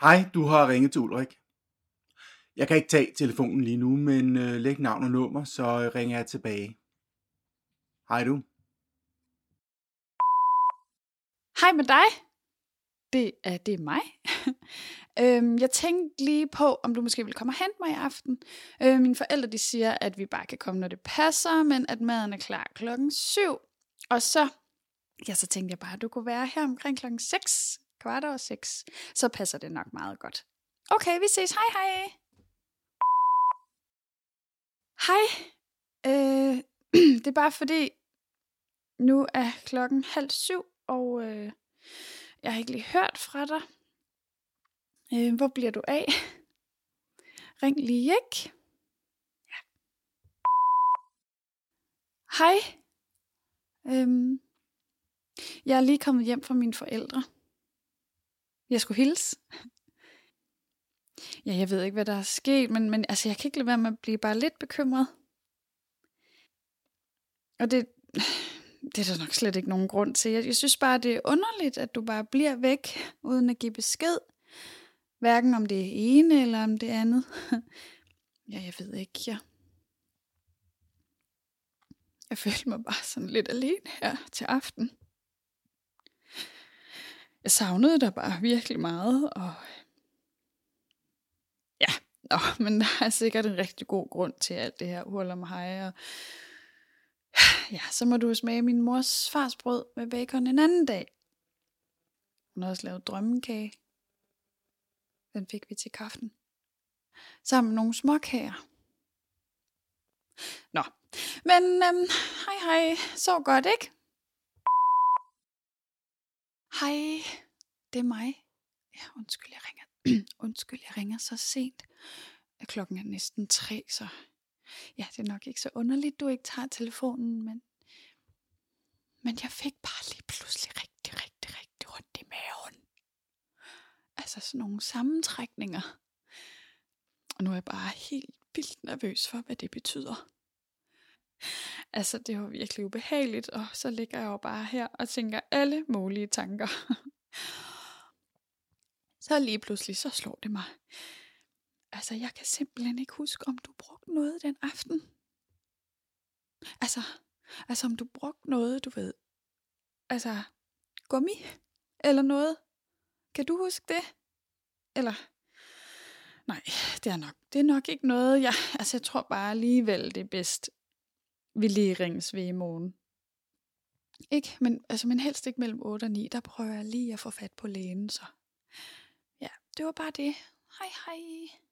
Hej, du har ringet til Ulrik. Jeg kan ikke tage telefonen lige nu, men læg navn og nummer, så ringer jeg tilbage. Hej du. Hej med dig. Det er mig. Jeg tænkte lige på, om du måske vil komme og hente mig i aften. Mine forældre de siger, at vi bare kan komme, når det passer, men at maden er klar 7:00. Og så tænkte jeg bare, at du kunne være her omkring 6:00, 6:15. Så passer det nok meget godt. Okay, vi ses. Hej, hej. Hej. Det er bare fordi, nu er 6:30, og jeg har ikke lige hørt fra dig. Hvor bliver du af? Ring lige, ikke? Ja. Hej. Jeg er lige kommet hjem fra mine forældre. Jeg skulle hilse. Ja, jeg ved ikke, hvad der er sket, men altså, jeg kan ikke lade være med at blive bare lidt bekymret. Og det er der nok slet ikke nogen grund til. Jeg synes bare, det er underligt, at du bare bliver væk, uden at give besked. Hverken om det ene eller om det andet. Ja, jeg ved ikke, Jeg følte mig bare sådan lidt alene her til aften. Jeg savnede dig bare virkelig meget, og men der er sikkert en rigtig god grund til alt det her hurlumhej, og ja, så må du smage min mors farsbrød med bacon en anden dag. Hun har også lavet drømmekage. Den fik vi til kaffen. Sammen med nogle småkager. Nå, men hej, sov godt, ikke? Hej, det er mig. Ja, undskyld, jeg ringer så sent. Klokken er næsten 3, så ja, det er nok ikke så underligt, du ikke tager telefonen, men jeg fik bare lige pludselig rigtig ondt i maven. Altså sådan nogle sammentrækninger. Og nu er jeg bare helt vildt nervøs for, hvad det betyder. Altså, det var virkelig ubehageligt, og så ligger jeg jo bare her og tænker alle mulige tanker. Så lige pludselig, så slår det mig. Altså, jeg kan simpelthen ikke huske, om du brugte noget den aften. Altså om du brugte noget, du ved. Altså, gummi eller noget. Kan du huske det? Eller? Nej, det er nok ikke noget. Jeg tror bare alligevel, det er bedst, vi lige ringes ved i morgen. Ikke, men helst ikke mellem 8 og 9, der prøver jeg lige at få fat på lægen, så. Ja, det var bare det. Hej.